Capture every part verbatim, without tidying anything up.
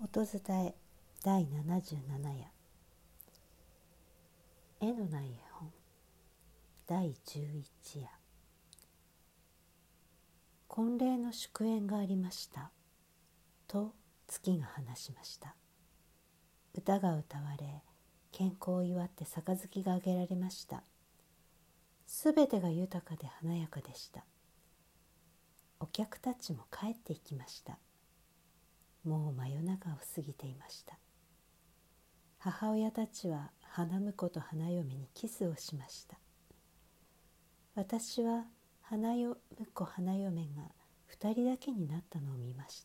音伝えだいななじゅうなな夜、絵のない絵本だいじゅういち夜。婚礼の祝宴がありましたと月が話しました。歌が歌われ、健康を祝って杯が挙げられました。すべてが豊かで華やかでした。お客たちも帰っていきました。もう真夜中を過ぎていました。母親たちは花婿と花嫁にキスをしました。私は花婿花嫁が二人だけになったのを見ました。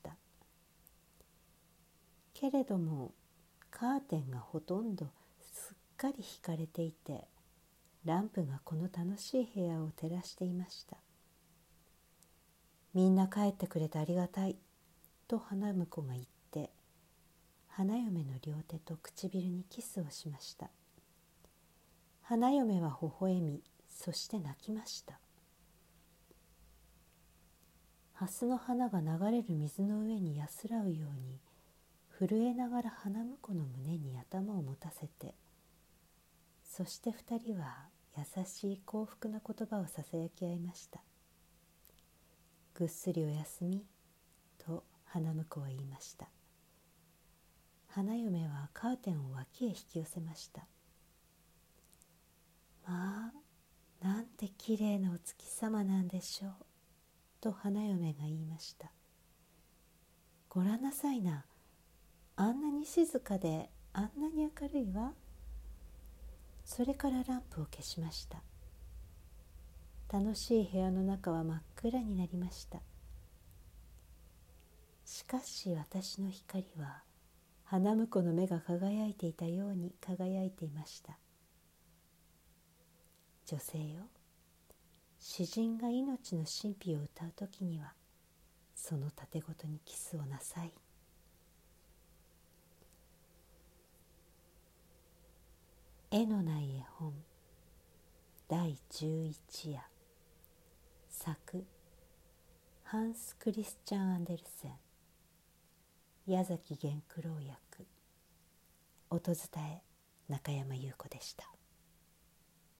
けれどもカーテンがほとんどすっかり引かれていて、ランプがこの楽しい部屋を照らしていました。みんな帰ってくれてありがたいと花婿が言って、花嫁の両手と唇にキスをしました。花嫁は微笑み、そして泣きました。蓮の花が流れる水の上に安らうように、震えながら花婿の胸に頭を持たせて、そして二人は優しい幸福な言葉をささやき合いました。ぐっすりおやすみと花婿は言いました。花嫁はカーテンを脇へ引き寄せました。まあ、なんてきれいなお月様なんでしょうと花嫁が言いました。ごらんなさいな、あんなに静かであんなに明るいわ。それからランプを消しました。楽しい部屋の中は真っ暗になりました。しかし私の光は花婿の目が輝いていたように輝いていました。女性よ、詩人が命の神秘を歌うときにはその盾ごとにキスをなさい。絵のない絵本だいじゅういち夜、作ハンス・クリスチャン・アンデルセン、矢崎源九郎役、音伝え中山優子でした。